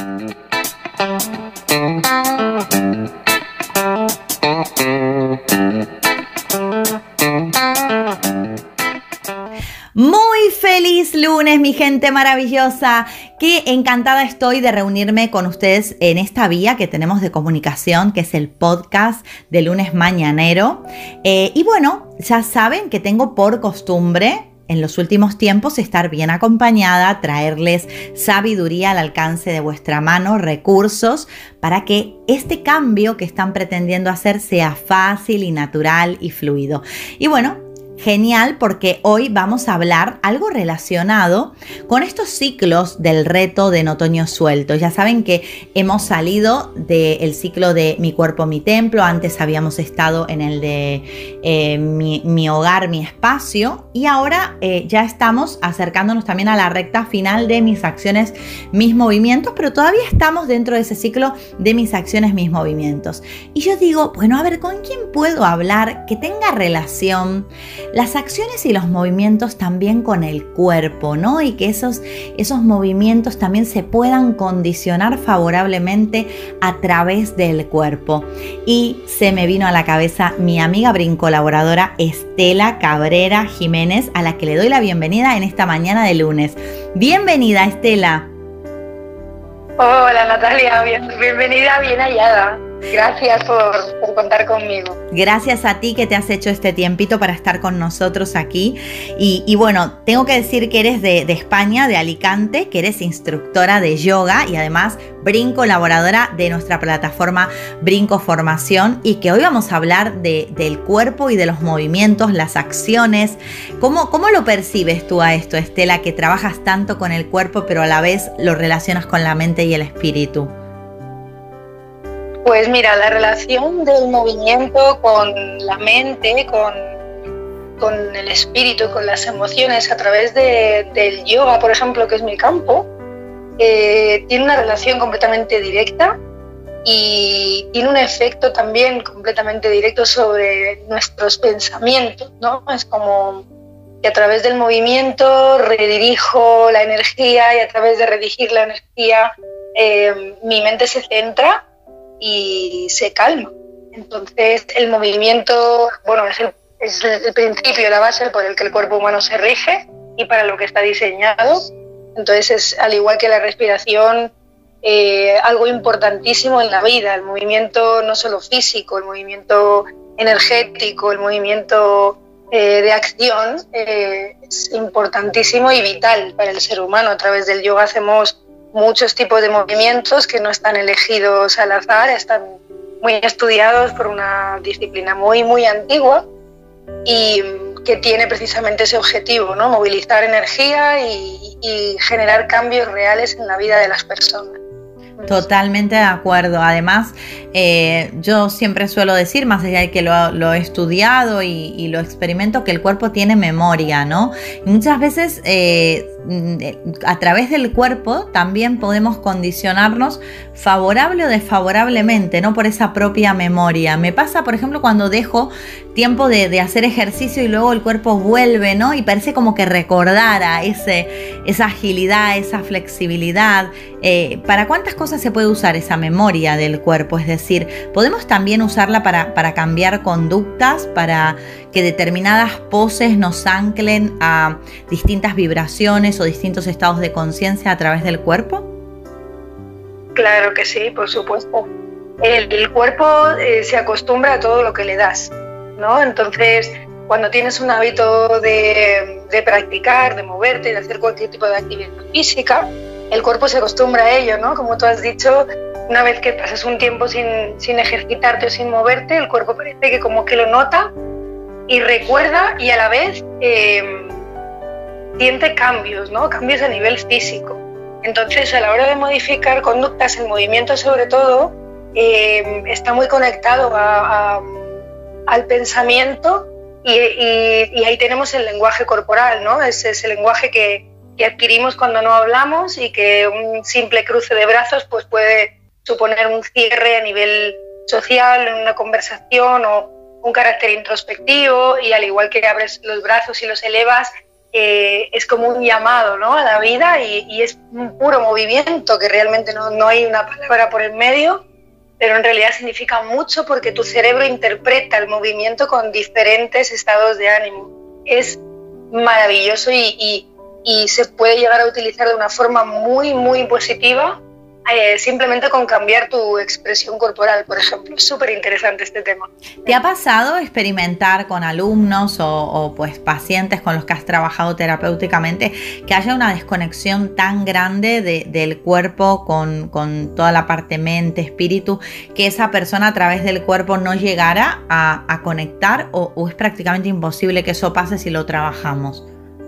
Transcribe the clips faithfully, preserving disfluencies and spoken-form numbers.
Muy feliz lunes, mi gente maravillosa. Qué encantada estoy de reunirme con ustedes en esta vía que tenemos de comunicación, que es el podcast de Lunes Mañanero. Eh, y bueno, ya saben que tengo por costumbre en los últimos tiempos estar bien acompañada, traerles sabiduría al alcance de vuestra mano, recursos para que este cambio que están pretendiendo hacer sea fácil y natural y fluido. Y bueno, genial, porque hoy vamos a hablar algo relacionado con estos ciclos del reto de en otoño suelto. Ya saben que hemos salido del ciclo de Mi cuerpo, mi templo. Antes habíamos estado en el de eh, mi, mi hogar, mi espacio. Y ahora eh, ya estamos acercándonos también a la recta final de Mis acciones, mis movimientos. Pero todavía estamos dentro de ese ciclo de Mis acciones, mis movimientos. Y yo digo, bueno, a ver, ¿con quién puedo hablar que tenga relación las acciones y los movimientos también con el cuerpo, ¿no? Y que esos, esos movimientos también se puedan condicionar favorablemente a través del cuerpo? Y se me vino a la cabeza mi amiga brincolaboradora Estela Cabrera Jiménez, a la que le doy la bienvenida en esta mañana de lunes. Bienvenida, Estela. Hola, Natalia, bien, bienvenida, bien hallada. Gracias por, por contar conmigo. Gracias a ti que te has hecho este tiempito para estar con nosotros aquí. Y, y bueno, tengo que decir que eres de, de España, de Alicante, que eres instructora de yoga y además brincolaboradora de nuestra plataforma Brinco Formación, y que hoy vamos a hablar de, del cuerpo y de los movimientos, las acciones. ¿Cómo, cómo lo percibes tú a esto, Estela, que trabajas tanto con el cuerpo pero a la vez lo relacionas con la mente y el espíritu? Pues mira, la relación del movimiento con la mente, con, con el espíritu, con las emociones a través de, del yoga, por ejemplo, que es mi campo, eh, tiene una relación completamente directa y tiene un efecto también completamente directo sobre nuestros pensamientos, ¿no? Es como que a través del movimiento redirijo la energía y a través de redirigir la energía eh, mi mente se centra y se calma. Entonces el movimiento, bueno, es el, es el principio, la base por el que el cuerpo humano se rige y para lo que está diseñado. Entonces es, al igual que la respiración, eh, algo importantísimo en la vida. El movimiento no solo físico, el movimiento energético, el movimiento eh, de acción eh, es importantísimo y vital para el ser humano. A través del yoga hacemos muchos tipos de movimientos que no están elegidos al azar, están muy estudiados por una disciplina muy, muy antigua y que tiene precisamente ese objetivo, ¿no? Movilizar energía y, y generar cambios reales en la vida de las personas. Totalmente de acuerdo. Además, eh, yo siempre suelo decir, más allá de que lo, lo he estudiado y, y lo experimento, que el cuerpo tiene memoria, ¿no? Y muchas veces eh, a través del cuerpo también podemos condicionarnos favorable o desfavorablemente, ¿no? Por esa propia memoria. Me pasa, por ejemplo, cuando dejo tiempo de, de hacer ejercicio y luego el cuerpo vuelve, ¿no? Y parece como que recordara ese, esa agilidad, esa flexibilidad. Eh, ¿Para cuántas cosas se puede usar esa memoria del cuerpo? Es decir, ¿podemos también usarla para, para cambiar conductas, para que determinadas poses nos anclen a distintas vibraciones o distintos estados de conciencia a través del cuerpo? Claro que sí, por supuesto. El, el cuerpo eh, se acostumbra a todo lo que le das, ¿no? Entonces, cuando tienes un hábito de, de practicar, de moverte, de hacer cualquier tipo de actividad física, el cuerpo se acostumbra a ello, ¿no? Como tú has dicho, una vez que pasas un tiempo sin, sin ejercitarte o sin moverte, el cuerpo parece que como que lo nota y recuerda y a la vez eh, siente cambios, ¿no? Cambios a nivel físico. Entonces, a la hora de modificar conductas, el movimiento sobre todo, eh, está muy conectado a, a, al pensamiento y, y, y ahí tenemos el lenguaje corporal, ¿no? Es ese lenguaje que que adquirimos cuando no hablamos y que un simple cruce de brazos pues puede suponer un cierre a nivel social en una conversación o un carácter introspectivo, y al igual que abres los brazos y los elevas, eh, es como un llamado, ¿no?, a la vida y, y es un puro movimiento, que realmente no, no hay una palabra por el medio, pero en realidad significa mucho porque tu cerebro interpreta el movimiento con diferentes estados de ánimo. Es maravilloso y, y, y se puede llegar a utilizar de una forma muy, muy positiva, eh, simplemente con cambiar tu expresión corporal, por ejemplo. Es súper interesante este tema. ¿Te ha pasado experimentar con alumnos o, o pues pacientes con los que has trabajado terapéuticamente que haya una desconexión tan grande de, del cuerpo con, con toda la parte mente, espíritu, que esa persona a través del cuerpo no llegara a, a conectar o, o es prácticamente imposible que eso pase si lo trabajamos?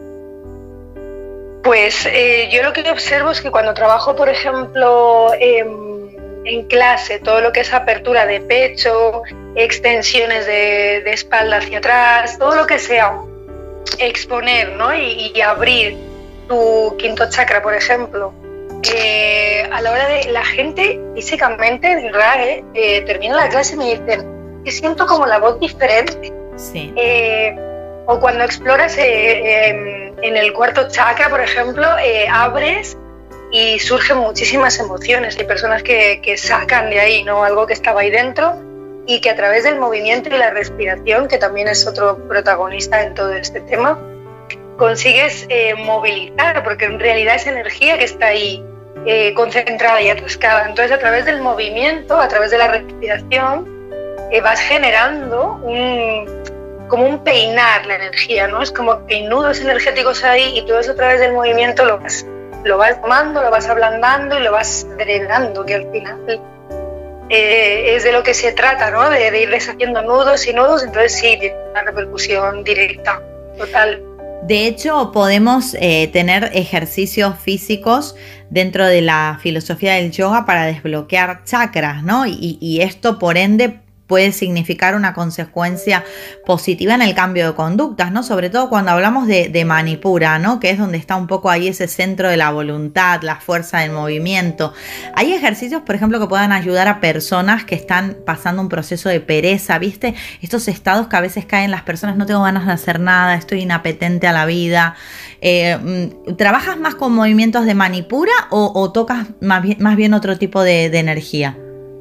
Pues eh, yo lo que observo es que cuando trabajo, por ejemplo, en, en clase, todo lo que es apertura de pecho, extensiones de, de espalda hacia atrás, todo lo que sea exponer, ¿no?, y, y abrir tu quinto chakra, por ejemplo, eh, a la hora de la gente físicamente, de verdad, eh, eh, termina la clase y me dicen que siento como la voz diferente. Sí. Eh, o cuando exploras eh, eh, en el cuarto chakra, por ejemplo, eh, abres y surgen muchísimas emociones. Hay personas que, que sacan de ahí, ¿no?, algo que estaba ahí dentro y que a través del movimiento y la respiración, que también es otro protagonista en todo este tema, consigues eh, movilizar, porque en realidad es energía que está ahí eh, concentrada y atascada. Entonces, a través del movimiento, a través de la respiración, eh, vas generando un... como un peinar la energía, ¿no? Es como que hay nudos energéticos ahí y todo eso a través del movimiento lo vas, lo vas tomando, lo vas ablandando y lo vas drenando, que al final eh, es de lo que se trata, ¿no?, de, de ir deshaciendo nudos y nudos. Entonces sí, tiene una repercusión directa, total. De hecho, podemos eh, tener ejercicios físicos dentro de la filosofía del yoga para desbloquear chakras, ¿no? Y, y esto, por ende, puede significar una consecuencia positiva en el cambio de conductas, ¿no? Sobre todo cuando hablamos de, de Manipura, ¿no?, que es donde está un poco ahí ese centro de la voluntad, la fuerza del movimiento. Hay ejercicios, por ejemplo, que puedan ayudar a personas que están pasando un proceso de pereza, ¿viste? Estos estados que a veces caen las personas, no tengo ganas de hacer nada, estoy inapetente a la vida. Eh, ¿Trabajas más con movimientos de Manipura o, o tocas más bien, más bien otro tipo de, de energía?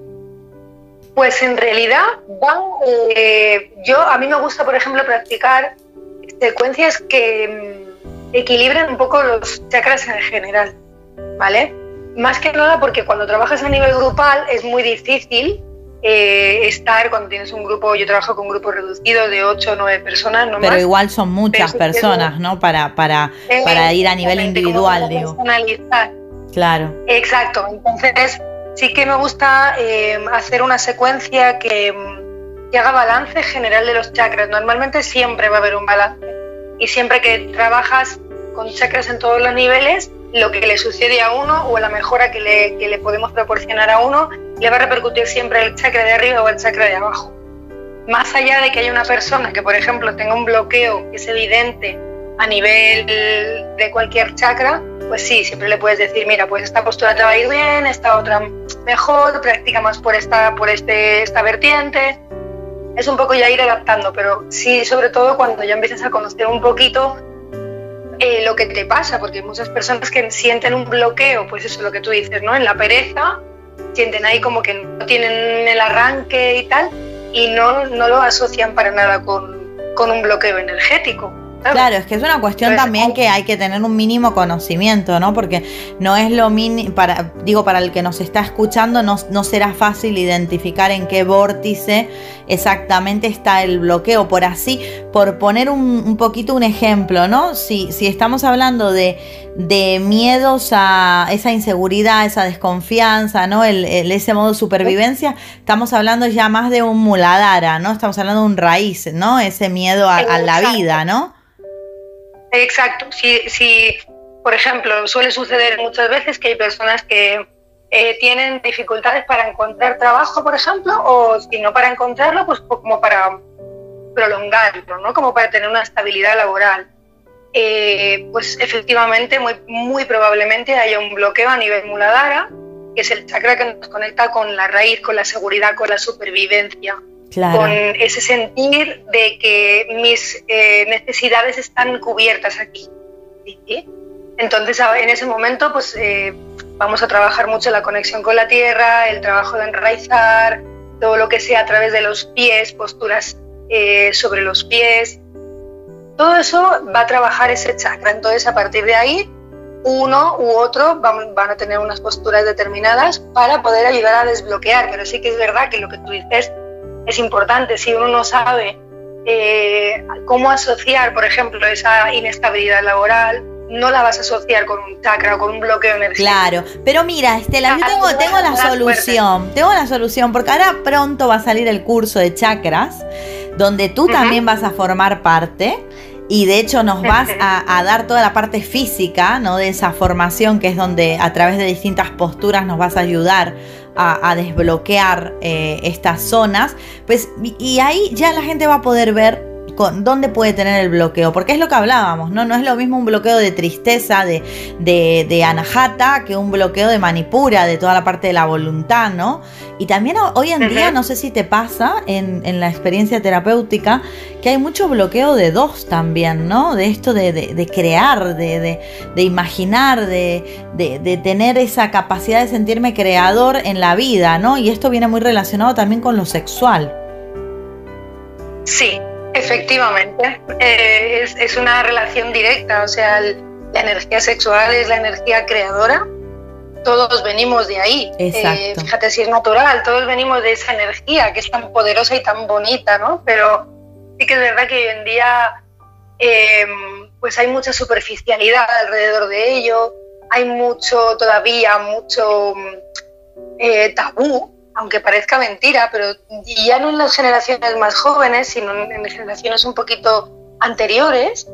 Pues en realidad van, eh, yo a mí me gusta, por ejemplo, practicar secuencias que mm, equilibren un poco los chakras en general, ¿vale? Más que nada porque cuando trabajas a nivel grupal es muy difícil eh, estar, cuando tienes un grupo, yo trabajo con grupos reducidos de ocho o nueve personas, no más. Pero igual son muchas personas, ¿no? Para, para, eh, para ir a nivel individual, digo. Personalizar. Claro. Exacto, entonces sí que me gusta eh, hacer una secuencia que, que haga balance general de los chakras. Normalmente siempre va a haber un balance y siempre que trabajas con chakras en todos los niveles, lo que le sucede a uno o la mejora que le, que le podemos proporcionar a uno le va a repercutir siempre el chakra de arriba o el chakra de abajo. Más allá de que haya una persona que, por ejemplo, tenga un bloqueo que es evidente a nivel de cualquier chakra, pues sí, siempre le puedes decir, mira, pues esta postura te va a ir bien, esta otra mejor, practica más por esta, por este, esta vertiente. Es un poco ya ir adaptando, pero sí, sobre todo cuando ya empiezas a conocer un poquito eh, lo que te pasa, porque hay muchas personas que sienten un bloqueo, pues eso es lo que tú dices, ¿no? En la pereza, sienten ahí como que no tienen el arranque y tal, y no, no lo asocian para nada con, con un bloqueo energético. Claro, es que es una cuestión Entonces, también que hay que tener un mínimo conocimiento, ¿no? Porque no es lo mínimo, para, digo, para el que nos está escuchando, no, no será fácil identificar en qué vórtice exactamente está el bloqueo. Por así, por poner un, un poquito un ejemplo, ¿no? Si, si estamos hablando de, de miedos a esa inseguridad, esa desconfianza, ¿no? El, el, ese modo de supervivencia, estamos hablando ya más de un muladhara, ¿no? Estamos hablando de un raíz, ¿no? Ese miedo a, a la vida, ¿no? Exacto. Si, si, por ejemplo, suele suceder muchas veces que hay personas que eh, tienen dificultades para encontrar trabajo, por ejemplo, o si no para encontrarlo, pues como para prolongarlo, ¿no? Como para tener una estabilidad laboral. Eh, pues efectivamente, muy, muy probablemente haya un bloqueo a nivel muladhara, que es el chakra que nos conecta con la raíz, con la seguridad, con la supervivencia. Claro. Con ese sentir de que mis eh, necesidades están cubiertas aquí. ¿Sí? Entonces, en ese momento, pues eh, vamos a trabajar mucho la conexión con la tierra, el trabajo de enraizar, todo lo que sea a través de los pies, posturas eh, sobre los pies. Todo eso va a trabajar ese chakra. Entonces, a partir de ahí, uno u otro van, van a tener unas posturas determinadas para poder ayudar a desbloquear. Pero sí que es verdad que lo que tú dices es importante. Si uno no sabe eh, cómo asociar, por ejemplo, esa inestabilidad laboral, no la vas a asociar con un chakra o con un bloqueo energético. Claro, pero mira, Estela, yo tengo, tengo la solución, tengo la solución, porque ahora pronto va a salir el curso de chakras, donde tú uh-huh. también vas a formar parte. Y de hecho nos vas a, a dar toda la parte física, ¿no? De esa formación, que es donde a través de distintas posturas nos vas a ayudar a, a desbloquear eh, estas zonas. Pues, y ahí ya la gente va a poder ver con dónde puede tener el bloqueo, porque es lo que hablábamos, ¿no? No es lo mismo un bloqueo de tristeza, de, de, de anahata, que un bloqueo de manipura, de toda la parte de la voluntad, ¿no? Y también hoy en día, no sé si te pasa en, en la experiencia terapéutica, que hay mucho bloqueo de dos también, ¿no? De esto de, de, de crear, de, de, de imaginar, de, de, de tener esa capacidad de sentirme creador en la vida, ¿no? Y esto viene muy relacionado también con lo sexual. Sí. Efectivamente, eh, es, es una relación directa, o sea, el, la energía sexual es la energía creadora, todos venimos de ahí. Eh, fíjate si es natural, todos venimos de esa energía que es tan poderosa y tan bonita, ¿no? Pero sí que es verdad que hoy en día eh, pues hay mucha superficialidad alrededor de ello, hay mucho todavía, mucho eh, tabú, aunque parezca mentira, pero ya no en las generaciones más jóvenes, sino en generaciones un poquito anteriores,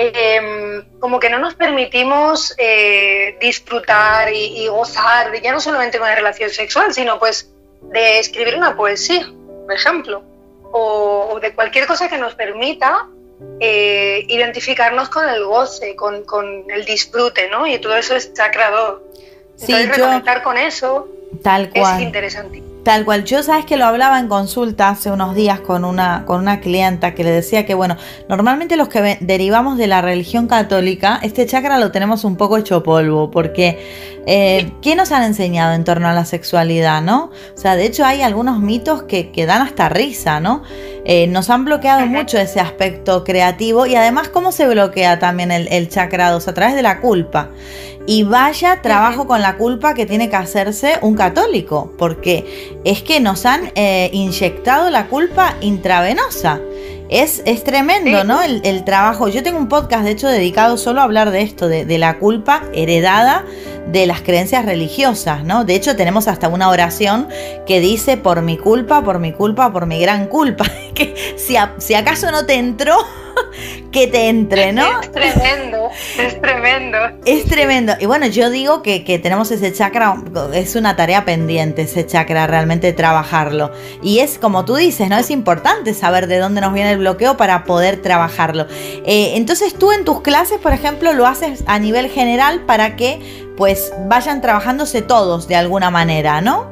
eh, como que no nos permitimos eh, disfrutar y, y gozar, de, ya no solamente con la relación sexual, sino pues de escribir una poesía, por ejemplo, o, o de cualquier cosa que nos permita eh, identificarnos con el goce, con, con el disfrute, ¿no? Y todo eso es sagrado. Entonces, sí, reconectar yo, con eso tal cual. Es interesante. Tal cual, yo sabes que lo hablaba en consulta hace unos días con una, con una clienta que le decía que bueno, normalmente los que derivamos de la religión católica, este chakra lo tenemos un poco hecho polvo, porque eh, ¿qué nos han enseñado en torno a la sexualidad, no? O sea, de hecho hay algunos mitos que, que dan hasta risa, ¿no? Eh, nos han bloqueado mucho ese aspecto creativo y además cómo se bloquea también el, el chakra dos, a través de la culpa. Y vaya trabajo con la culpa que tiene que hacerse un católico, porque es que nos han eh, inyectado la culpa intravenosa. Es, es tremendo, ¿no? El, el trabajo. Yo tengo un podcast, de hecho, dedicado solo a hablar de esto, de, de la culpa heredada de las creencias religiosas, ¿no? De hecho, tenemos hasta una oración que dice: por mi culpa, por mi culpa, por mi gran culpa. Que si, a, si acaso no te entró, que te entre, ¿no? Es tremendo, es tremendo. Es tremendo. Y bueno, yo digo que, que tenemos ese chakra, es una tarea pendiente ese chakra, realmente trabajarlo. Y es como tú dices, ¿no? Es importante saber de dónde nos viene el bloqueo para poder trabajarlo. Eh, entonces tú en tus clases, por ejemplo, lo haces a nivel general para que pues vayan trabajándose todos de alguna manera, ¿no?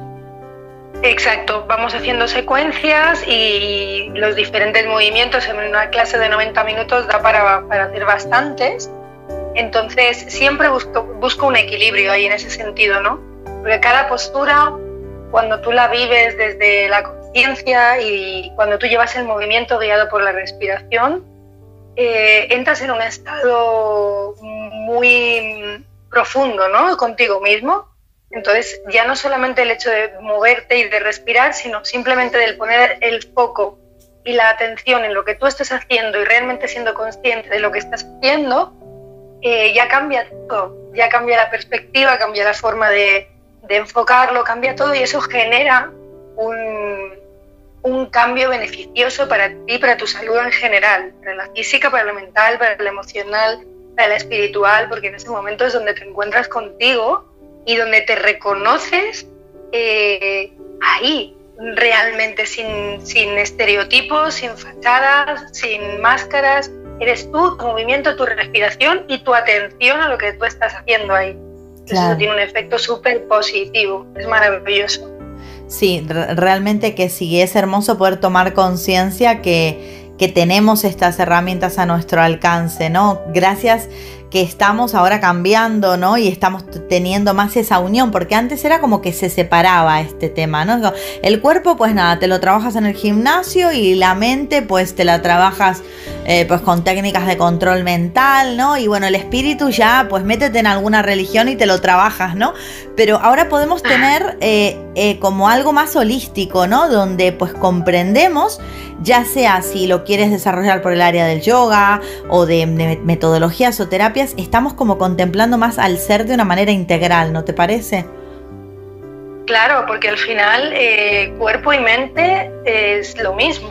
Exacto, vamos haciendo secuencias y los diferentes movimientos en una clase de noventa minutos da para, para hacer bastantes. Entonces siempre busco, busco un equilibrio ahí en ese sentido, ¿no? Porque cada postura, cuando tú la vives desde la conciencia y cuando tú llevas el movimiento guiado por la respiración, eh, entras en un estado muy profundo, ¿no? Contigo mismo. Entonces ya no solamente el hecho de moverte y de respirar, sino simplemente del poner el foco y la atención en lo que tú estás haciendo y realmente siendo consciente de lo que estás haciendo, eh, ya cambia todo, ya cambia la perspectiva, cambia la forma de, de enfocarlo, cambia todo y eso genera un, un cambio beneficioso para ti, para tu salud en general, para la física, para la mental, para la emocional, para la espiritual, porque en ese momento es donde te encuentras contigo y donde te reconoces eh, ahí, realmente, sin, sin estereotipos, sin fachadas, sin máscaras. Eres tú, tu movimiento, tu respiración y tu atención a lo que tú estás haciendo ahí. Claro. Eso tiene un efecto súper positivo, es maravilloso. Sí, re- realmente que sí, es hermoso poder tomar conciencia que, que tenemos estas herramientas a nuestro alcance, ¿no? Gracias que estamos ahora cambiando, ¿no? Y estamos t- teniendo más esa unión, porque antes era como que se separaba este tema, ¿no? El cuerpo, pues nada, te lo trabajas en el gimnasio y la mente, pues te la trabajas eh, pues con técnicas de control mental, ¿no? Y bueno, el espíritu ya, pues métete en alguna religión y te lo trabajas, ¿no? Pero ahora podemos tener eh, eh, como algo más holístico, ¿no? Donde pues comprendemos, ya sea si lo quieres desarrollar por el área del yoga o de, de metodologías o terapias, estamos como contemplando más al ser de una manera integral, ¿no te parece? Claro, porque al final eh, cuerpo y mente es lo mismo.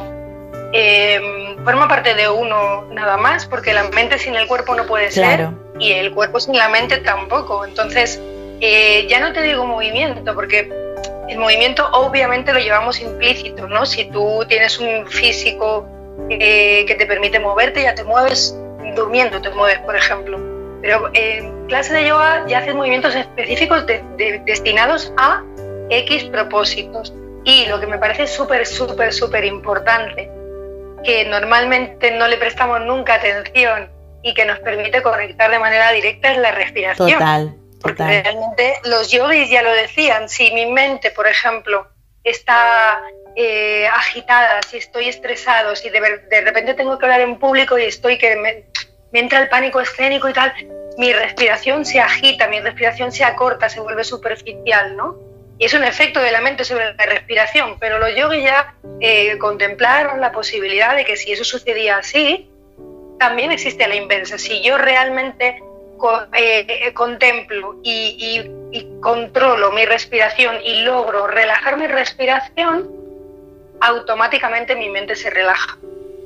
Eh, forma parte de uno nada más, porque la mente sin el cuerpo no puede Claro. ser y el cuerpo sin la mente tampoco. Entonces, eh, ya no te digo movimiento, porque el movimiento obviamente lo llevamos implícito, ¿no? Si tú tienes un físico eh, que te permite moverte, ya te mueves durmiendo, te mueves, por ejemplo. Pero en clase de yoga ya haces movimientos específicos de, de, destinados a X propósitos. Y lo que me parece súper, súper, súper importante, que normalmente no le prestamos nunca atención y que nos permite conectar de manera directa, es la respiración. Total, Porque total. realmente los yogis ya lo decían, si mi mente, por ejemplo, está eh, agitada, si estoy estresado, si de, de repente tengo que hablar en público y estoy que me, me entra el pánico escénico y tal, mi respiración se agita, mi respiración se acorta, se vuelve superficial, ¿no? Y es un efecto de la mente sobre la respiración, pero los yogis ya eh, contemplaron la posibilidad de que si eso sucedía así, también existe a la inversa. Si yo realmente co- eh, contemplo y, y, y controlo mi respiración y logro relajar mi respiración, automáticamente mi mente se relaja.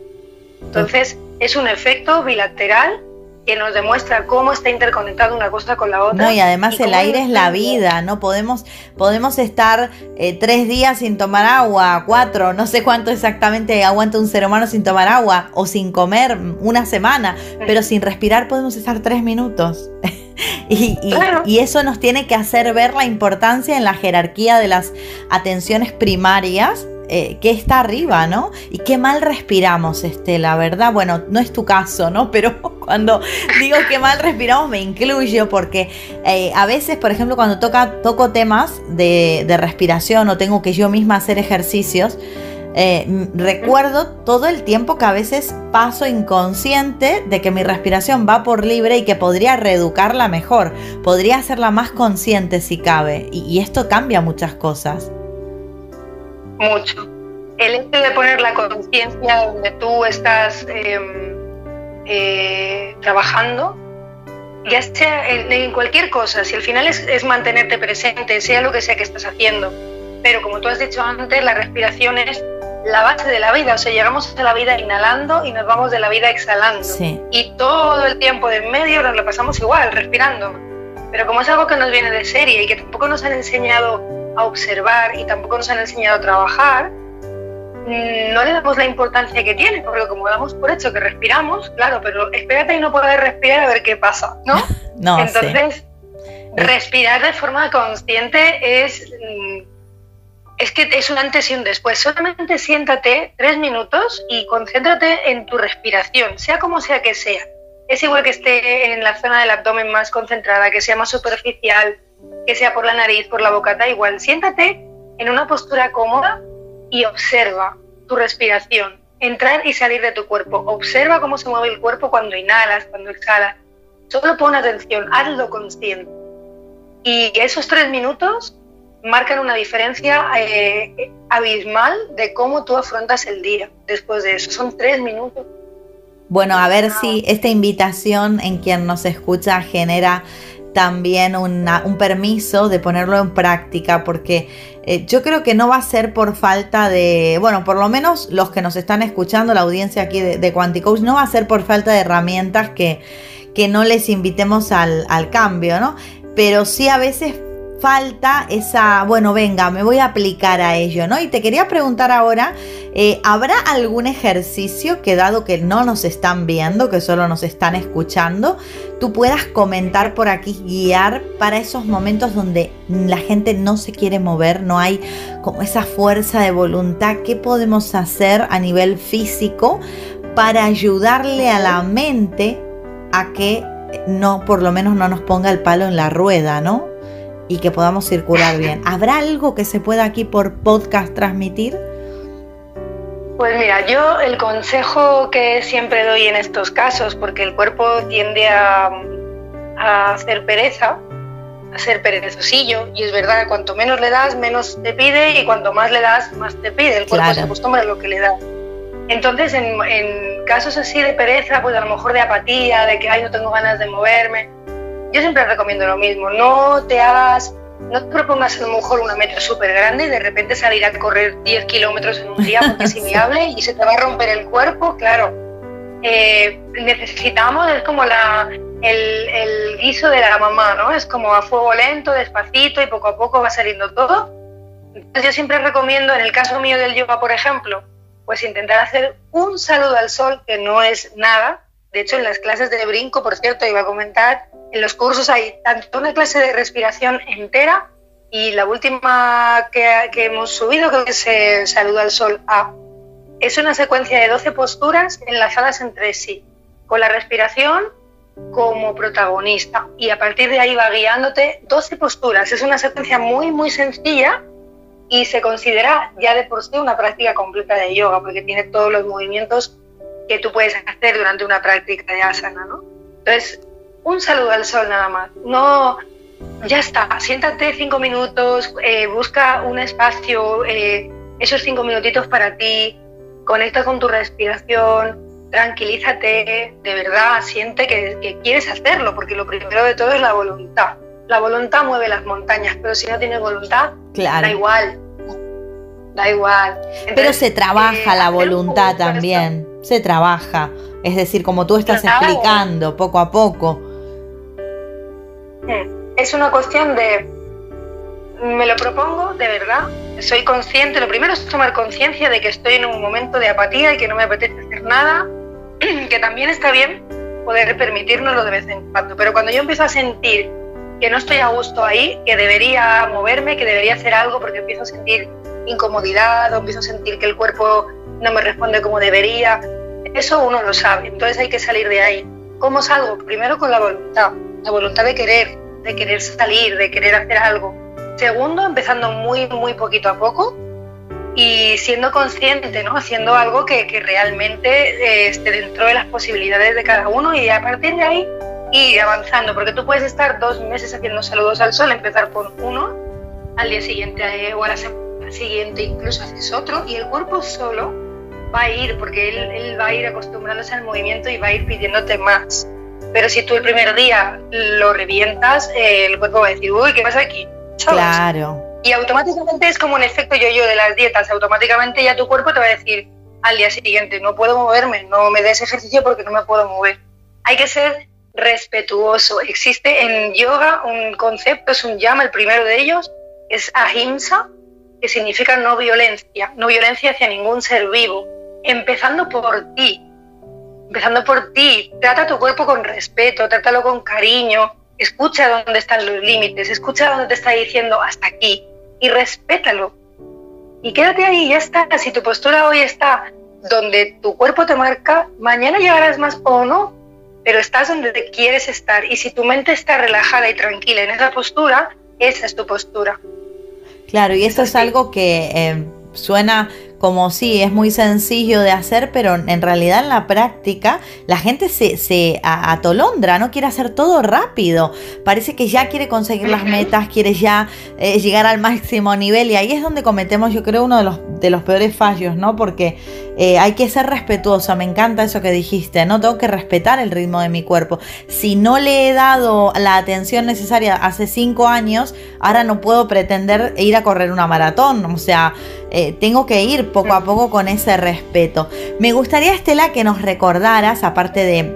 Entonces, es un efecto bilateral que nos demuestra cómo está interconectada una cosa con la otra. No, y además y el cómo aire es la vida, ¿no? Podemos, podemos estar eh, tres días sin tomar agua, cuatro, no sé cuánto exactamente aguanta un ser humano sin tomar agua, o sin comer una semana, pero sin respirar podemos estar tres minutos. y, y, Claro. y eso nos tiene que hacer ver la importancia en la jerarquía de las atenciones primarias, eh, que está arriba, ¿no? Y qué mal respiramos, Estela, ¿verdad? Bueno, no es tu caso, ¿no? Pero cuando digo que mal respiramos me incluyo porque eh, a veces, por ejemplo, cuando toca, toco temas de, de respiración o tengo que yo misma hacer ejercicios, eh, recuerdo todo el tiempo que a veces paso inconsciente de que mi respiración va por libre y que podría reeducarla mejor, podría hacerla más consciente si cabe, y, y esto cambia muchas cosas. Mucho. El hecho de poner la conciencia donde tú estás eh, eh, trabajando, ya sea en, en cualquier cosa, si al final es, es mantenerte presente, sea lo que sea que estás haciendo, pero como tú has dicho antes, la respiración es la base de la vida, o sea, llegamos a la vida inhalando y nos vamos de la vida exhalando. Sí. Y todo el tiempo de en medio nos lo pasamos igual, respirando. Pero como es algo que nos viene de serie y que tampoco nos han enseñado a observar y tampoco nos han enseñado a trabajar, no le damos la importancia que tiene, porque como damos por hecho que respiramos, claro, pero espérate y no poder respirar a ver qué pasa, ¿no? No, Entonces, sí. respirar de forma consciente es, es que es un antes y un después. Solamente siéntate tres minutos y concéntrate en tu respiración, sea como sea que sea. Es igual que esté en la zona del abdomen más concentrada, que sea más superficial, que sea por la nariz, por la boca, da igual. Siéntate en una postura cómoda y observa tu respiración, entrar y salir de tu cuerpo. Observa cómo se mueve el cuerpo cuando inhalas, cuando exhalas. Solo pon atención, hazlo consciente. Y esos tres minutos marcan una diferencia eh, abismal de cómo tú afrontas el día después de eso. Son tres minutos. Bueno, a ver si esta invitación en quien nos escucha genera también una, un permiso de ponerlo en práctica, porque eh, yo creo que no va a ser por falta de, bueno, por lo menos los que nos están escuchando, la audiencia aquí de, de Quanticoach, no va a ser por falta de herramientas que, que no les invitemos al, al cambio, ¿no? Pero sí a veces falta esa, bueno, venga, me voy a aplicar a ello, ¿no? Y te quería preguntar ahora, eh, ¿habrá algún ejercicio que, dado que no nos están viendo, que solo nos están escuchando, tú puedas comentar por aquí, guiar para esos momentos donde la gente no se quiere mover, no hay como esa fuerza de voluntad? ¿Qué podemos hacer a nivel físico para ayudarle a la mente a que no, por lo menos no nos ponga el palo en la rueda, ¿no? Y que podamos circular bien. ¿Habrá algo que se pueda aquí por podcast transmitir? Pues mira, yo el consejo que siempre doy en estos casos, porque el cuerpo tiende a, a hacer pereza, a ser perezosillo, y es verdad, cuanto menos le das, menos te pide, y cuanto más le das, más te pide. El cuerpo claro. se acostumbra a lo que le da. Entonces, en, en casos así de pereza, pues a lo mejor de apatía, de que ay, no tengo ganas de moverme, yo siempre recomiendo lo mismo. No te hagas, no te propongas a lo mejor una meta súper grande y de repente salir a correr diez kilómetros en un día porque es inviable y se te va a romper el cuerpo, claro. Eh, necesitamos, es como la, el, el guiso de la mamá, ¿no? Es como a fuego lento, despacito y poco a poco va saliendo todo. Entonces yo siempre recomiendo, en el caso mío del yoga, por ejemplo, pues intentar hacer un saludo al sol, que no es nada. De hecho, en las clases de brinco, por cierto, iba a comentar, en los cursos hay tanto una clase de respiración entera y la última que, que hemos subido, creo que es el saludo al sol A. Es una secuencia de doce posturas enlazadas entre sí, con la respiración como protagonista. Y a partir de ahí va guiándote doce posturas. Es una secuencia muy, muy sencilla y se considera ya de por sí una práctica completa de yoga, porque tiene todos los movimientos que tú puedes hacer durante una práctica de asana, ¿no? Entonces, un saludo al sol nada más. No, ya está, siéntate cinco minutos, eh, busca un espacio, eh, esos cinco minutitos para ti, conecta con tu respiración, tranquilízate, de verdad, siente que, que quieres hacerlo, porque lo primero de todo es la voluntad. La voluntad mueve las montañas, pero si no tienes voluntad, claro. da igual, da igual. Entonces, pero se trabaja eh, la voluntad también, esto. se trabaja, es decir, como tú estás claro. explicando, poco a poco. Es una cuestión de, me lo propongo, de verdad, soy consciente, lo primero es tomar conciencia de que estoy en un momento de apatía y que no me apetece hacer nada, que también está bien poder permitírnoslo de vez en cuando, pero cuando yo empiezo a sentir que no estoy a gusto ahí, que debería moverme, que debería hacer algo porque empiezo a sentir incomodidad o empiezo a sentir que el cuerpo no me responde como debería, eso uno lo sabe, entonces hay que salir de ahí. ¿Cómo salgo? Primero con la voluntad, la voluntad de querer, de querer salir, de querer hacer algo. Segundo, empezando muy, muy poquito a poco y siendo consciente, ¿no? Haciendo algo que, que realmente eh, esté dentro de las posibilidades de cada uno y a partir de ahí ir avanzando, porque tú puedes estar dos meses haciendo saludos al sol, empezar con uno, al día siguiente eh, o a la semana siguiente incluso haces otro y el cuerpo solo va a ir, porque él, él va a ir acostumbrándose al movimiento y va a ir pidiéndote más. Pero si tú el primer día lo revientas, eh, el cuerpo va a decir, uy, ¿qué pasa aquí? ¿Sabes? Claro. Y automáticamente es como un efecto yo-yo de las dietas, automáticamente ya tu cuerpo te va a decir al día siguiente, no puedo moverme, no me des ejercicio porque no me puedo mover. Hay que ser respetuoso. Existe en yoga un concepto, es un yama, el primero de ellos, es ahimsa, que significa no violencia, no violencia hacia ningún ser vivo, empezando por ti. Empezando por ti, trata a tu cuerpo con respeto, trátalo con cariño, escucha dónde están los límites, escucha dónde te está diciendo hasta aquí y respétalo. Y quédate ahí, ya está. Si tu postura hoy está donde tu cuerpo te marca, mañana llegarás más o no, pero estás donde te quieres estar. Y si tu mente está relajada y tranquila en esa postura, esa es tu postura. Claro, y eso es algo que eh, suena como sí, es muy sencillo de hacer, pero en realidad en la práctica la gente se, se atolondra, no quiere hacer todo rápido. Parece que ya quiere conseguir las metas, quiere ya eh, llegar al máximo nivel y ahí es donde cometemos, yo creo, uno de los, de los peores fallos, ¿no? Porque eh, hay que ser respetuosa, me encanta eso que dijiste, ¿no? Tengo que respetar el ritmo de mi cuerpo. Si no le he dado la atención necesaria hace cinco años, ahora no puedo pretender ir a correr una maratón, o sea, eh, tengo que ir poco a poco con ese respeto. Me gustaría, Estela, que nos recordaras, aparte de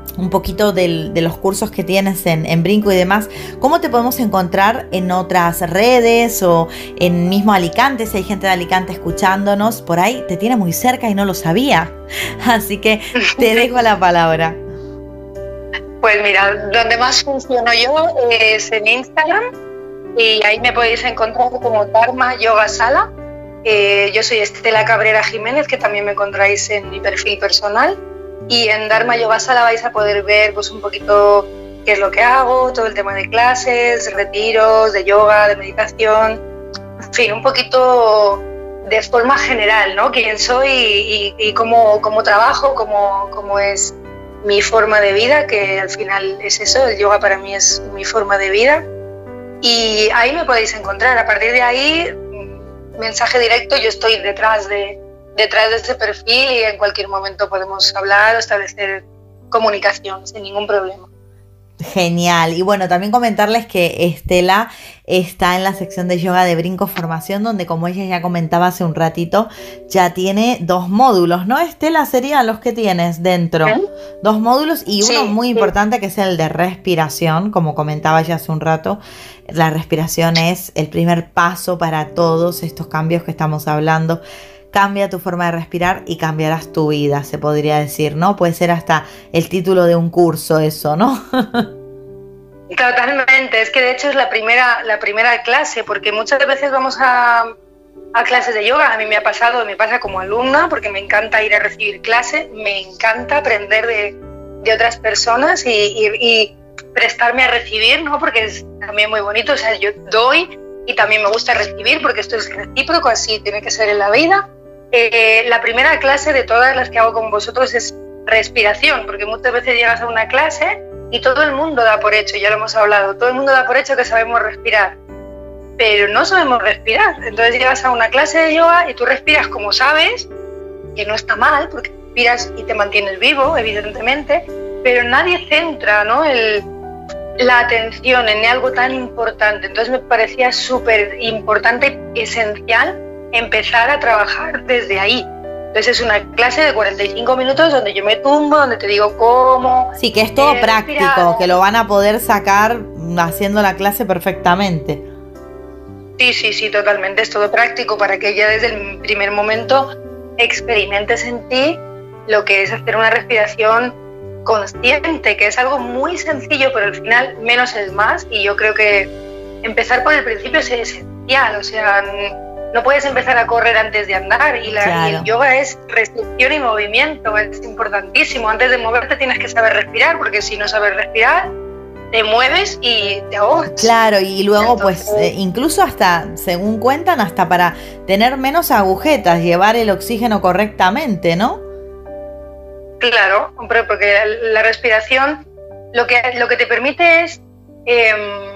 un poquito del, de los cursos que tienes en, en Brinco y demás, ¿cómo te podemos encontrar en otras redes o en mismo Alicante? Si hay gente de Alicante escuchándonos, por ahí te tiene muy cerca y no lo sabía. Así que te dejo la palabra. Pues mira, donde más funciono yo es en Instagram y ahí me podéis encontrar como Dharma Yoga Sala. Eh, yo soy Estela Cabrera Jiménez, que también me encontráis en mi perfil personal. Y en Dharma Yoga Sala vais a poder ver pues, un poquito qué es lo que hago, todo el tema de clases, retiros, de yoga, de meditación, en fin, un poquito de forma general, ¿no? Quién soy y, y, y cómo, cómo trabajo, cómo, cómo es mi forma de vida, que al final es eso, el yoga para mí es mi forma de vida. Y ahí me podéis encontrar. A partir de ahí, mensaje directo, yo estoy detrás de... detrás de ese perfil y en cualquier momento podemos hablar o establecer comunicación sin ningún problema. Genial. Y bueno, también comentarles que Estela está en la sección de yoga de Brinco Formación, donde como ella ya comentaba hace un ratito, ya tiene dos módulos, ¿no, Estela? Serían los que tienes dentro. ¿Eh? Dos módulos y uno sí, muy sí. importante que es el de respiración, como comentaba ya hace un rato. La respiración es el primer paso para todos estos cambios que estamos hablando. Cambia tu forma de respirar y cambiarás tu vida, se podría decir, ¿no? Puede ser hasta el título de un curso eso, ¿no? Totalmente, es que de hecho es la primera, la primera clase, porque muchas veces vamos a, a clases de yoga, a mí me ha pasado, me pasa como alumna, porque me encanta ir a recibir clase, me encanta aprender de, de otras personas y, y, y prestarme a recibir, ¿no? Porque es también muy bonito, o sea, yo doy y también me gusta recibir, porque esto es recíproco, así tiene que ser en la vida. Eh, la primera clase de todas las que hago con vosotros es respiración, porque muchas veces llegas a una clase y todo el mundo da por hecho, ya lo hemos hablado, todo el mundo da por hecho que sabemos respirar, pero no sabemos respirar. Entonces llegas a una clase de yoga y tú respiras como sabes, que no está mal, porque respiras y te mantienes vivo, evidentemente, pero nadie centra, ¿no?, el, la atención en algo tan importante. Entonces me parecía súper importante y esencial empezar a trabajar desde ahí. Entonces es una clase de cuarenta y cinco minutos donde yo me tumbo, donde te digo cómo... Sí, que es todo eh, práctico, respirar. Que lo van a poder sacar haciendo la clase perfectamente. Sí, sí, sí, totalmente. Es todo práctico para que ya desde el primer momento experimentes en ti lo que es hacer una respiración consciente, que es algo muy sencillo, pero al final menos es más. Y yo creo que empezar por el principio es esencial, o sea... No puedes empezar a correr antes de andar y, la, claro. y el yoga es restricción y movimiento, es importantísimo. Antes de moverte tienes que saber respirar, porque si no sabes respirar, te mueves y te ahogas. Claro, y luego Entonces, pues eh, incluso hasta, según cuentan, hasta para tener menos agujetas, llevar el oxígeno correctamente, ¿no? Claro, porque la, la respiración lo que, lo que te permite es... Eh,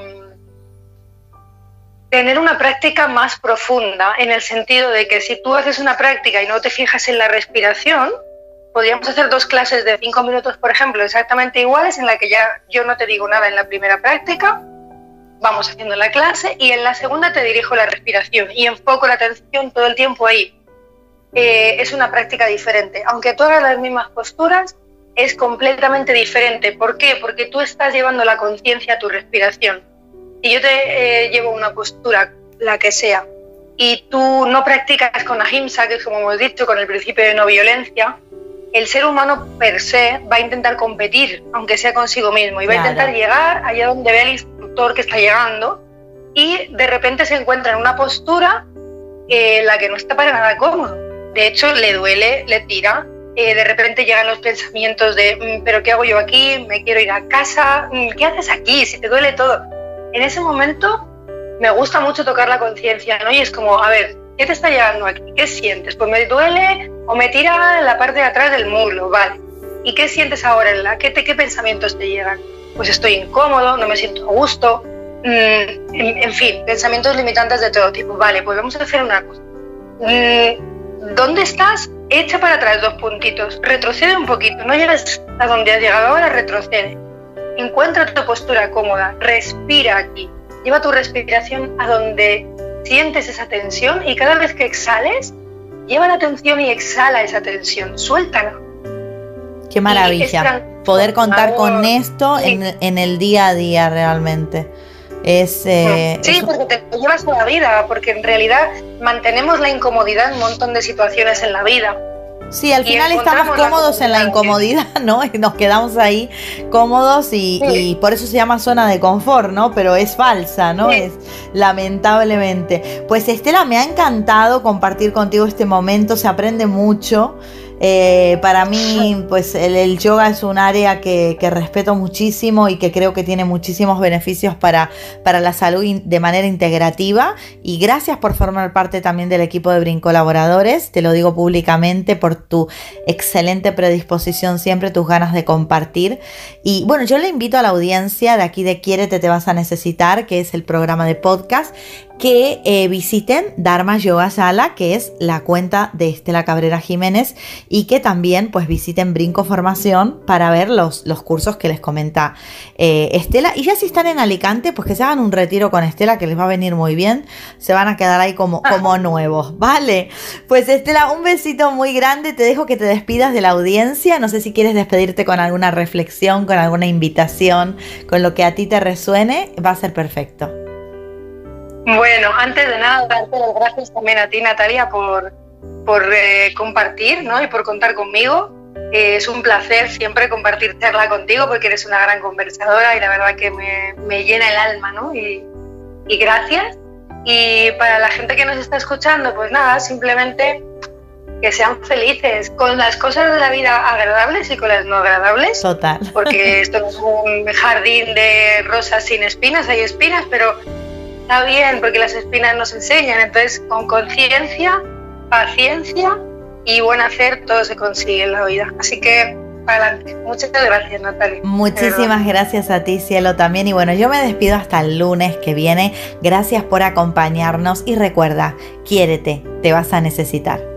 tener una práctica más profunda, en el sentido de que si tú haces una práctica y no te fijas en la respiración, podríamos hacer dos clases de cinco minutos, por ejemplo, exactamente iguales, en la que ya yo no te digo nada en la primera práctica, vamos haciendo la clase, y en la segunda te dirijo la respiración y enfoco la atención todo el tiempo ahí. Eh, es una práctica diferente. Aunque tú hagas las mismas posturas, es completamente diferente. ¿Por qué? Porque tú estás llevando la conciencia a tu respiración. Si yo te eh, llevo una postura, la que sea, y tú no practicas con ahimsa, que es como hemos dicho, con el principio de no violencia, el ser humano per se va a intentar competir, aunque sea consigo mismo, y va claro. a intentar llegar allá donde ve el instructor que está llegando, y de repente se encuentra en una postura en eh, la que no está para nada cómodo. De hecho, le duele, le tira, eh, de repente llegan los pensamientos de ¿pero qué hago yo aquí? ¿Me quiero ir a casa? ¿Qué haces aquí? Si te duele todo. En ese momento me gusta mucho tocar la conciencia, ¿no? Y es como, a ver, ¿qué te está llegando aquí? ¿Qué sientes? Pues me duele o me tira en la parte de atrás del muslo, vale. ¿Y qué sientes ahora? En la, ¿qué, te, ¿Qué pensamientos te llegan? Pues estoy incómodo, no me siento a gusto, mmm, en, en fin, pensamientos limitantes de todo tipo. Vale, pues vamos a hacer una cosa. Mm, ¿Dónde estás? Echa para atrás dos puntitos, retrocede un poquito, no llegas a donde has llegado ahora, retrocede. Encuentra tu postura cómoda, respira aquí, lleva tu respiración a donde sientes esa tensión y cada vez que exhales, lleva la atención y exhala esa tensión, suéltala. Qué maravilla. poder contar con favor. esto Sí. en, en el día a día realmente. Es, eh, Sí, es- porque te lo llevas a la vida, porque en realidad mantenemos la incomodidad en un montón de situaciones en la vida. Sí, al Y final estamos encontramos la cómodos en la incomodidad, ¿no? Y nos quedamos ahí cómodos y, Sí. y por eso se llama zona de confort, ¿no? Pero es falsa, ¿no? Sí. Es lamentablemente. Pues Estela, me ha encantado compartir contigo este momento, se aprende mucho. Eh, para mí, pues el, el yoga es un área que, que respeto muchísimo y que creo que tiene muchísimos beneficios para, para la salud in- de manera integrativa. Y gracias por formar parte también del equipo de Brin Colaboradores. Te lo digo públicamente por tu excelente predisposición, siempre tus ganas de compartir. Y bueno, yo le invito a la audiencia de aquí de Quiérete, te vas a necesitar, que es el programa de podcast, que eh, visiten Dharma Yoga Sala, que es la cuenta de Estela Cabrera Jiménez, y que también pues visiten Brinco Formación para ver los, los cursos que les comenta eh, Estela. Y ya si están en Alicante, pues que se hagan un retiro con Estela, que les va a venir muy bien. Se van a quedar ahí como, como nuevos, ¿vale? Pues Estela, un besito muy grande. Te dejo que te despidas de la audiencia. No sé si quieres despedirte con alguna reflexión, con alguna invitación, con lo que a ti te resuene. Va a ser perfecto. Bueno, antes de nada, darte las gracias también a ti, Natalia, por, por eh, compartir, ¿no? Y por contar conmigo. Eh, es un placer siempre compartir charla contigo porque eres una gran conversadora y la verdad que me, me llena el alma, ¿no? Y, y gracias. Y para la gente que nos está escuchando, pues nada, simplemente que sean felices con las cosas de la vida agradables y con las no agradables. Total. Porque esto no es un jardín de rosas sin espinas, hay espinas, pero está bien porque las espinas nos enseñan. Entonces, con conciencia, paciencia y buen hacer, todo se consigue en la vida. Así que, para adelante. Muchas gracias, Natalia. Muchísimas gracias a ti, cielo, también. Y bueno, yo me despido hasta el lunes que viene. Gracias por acompañarnos y recuerda, quiérete, te vas a necesitar.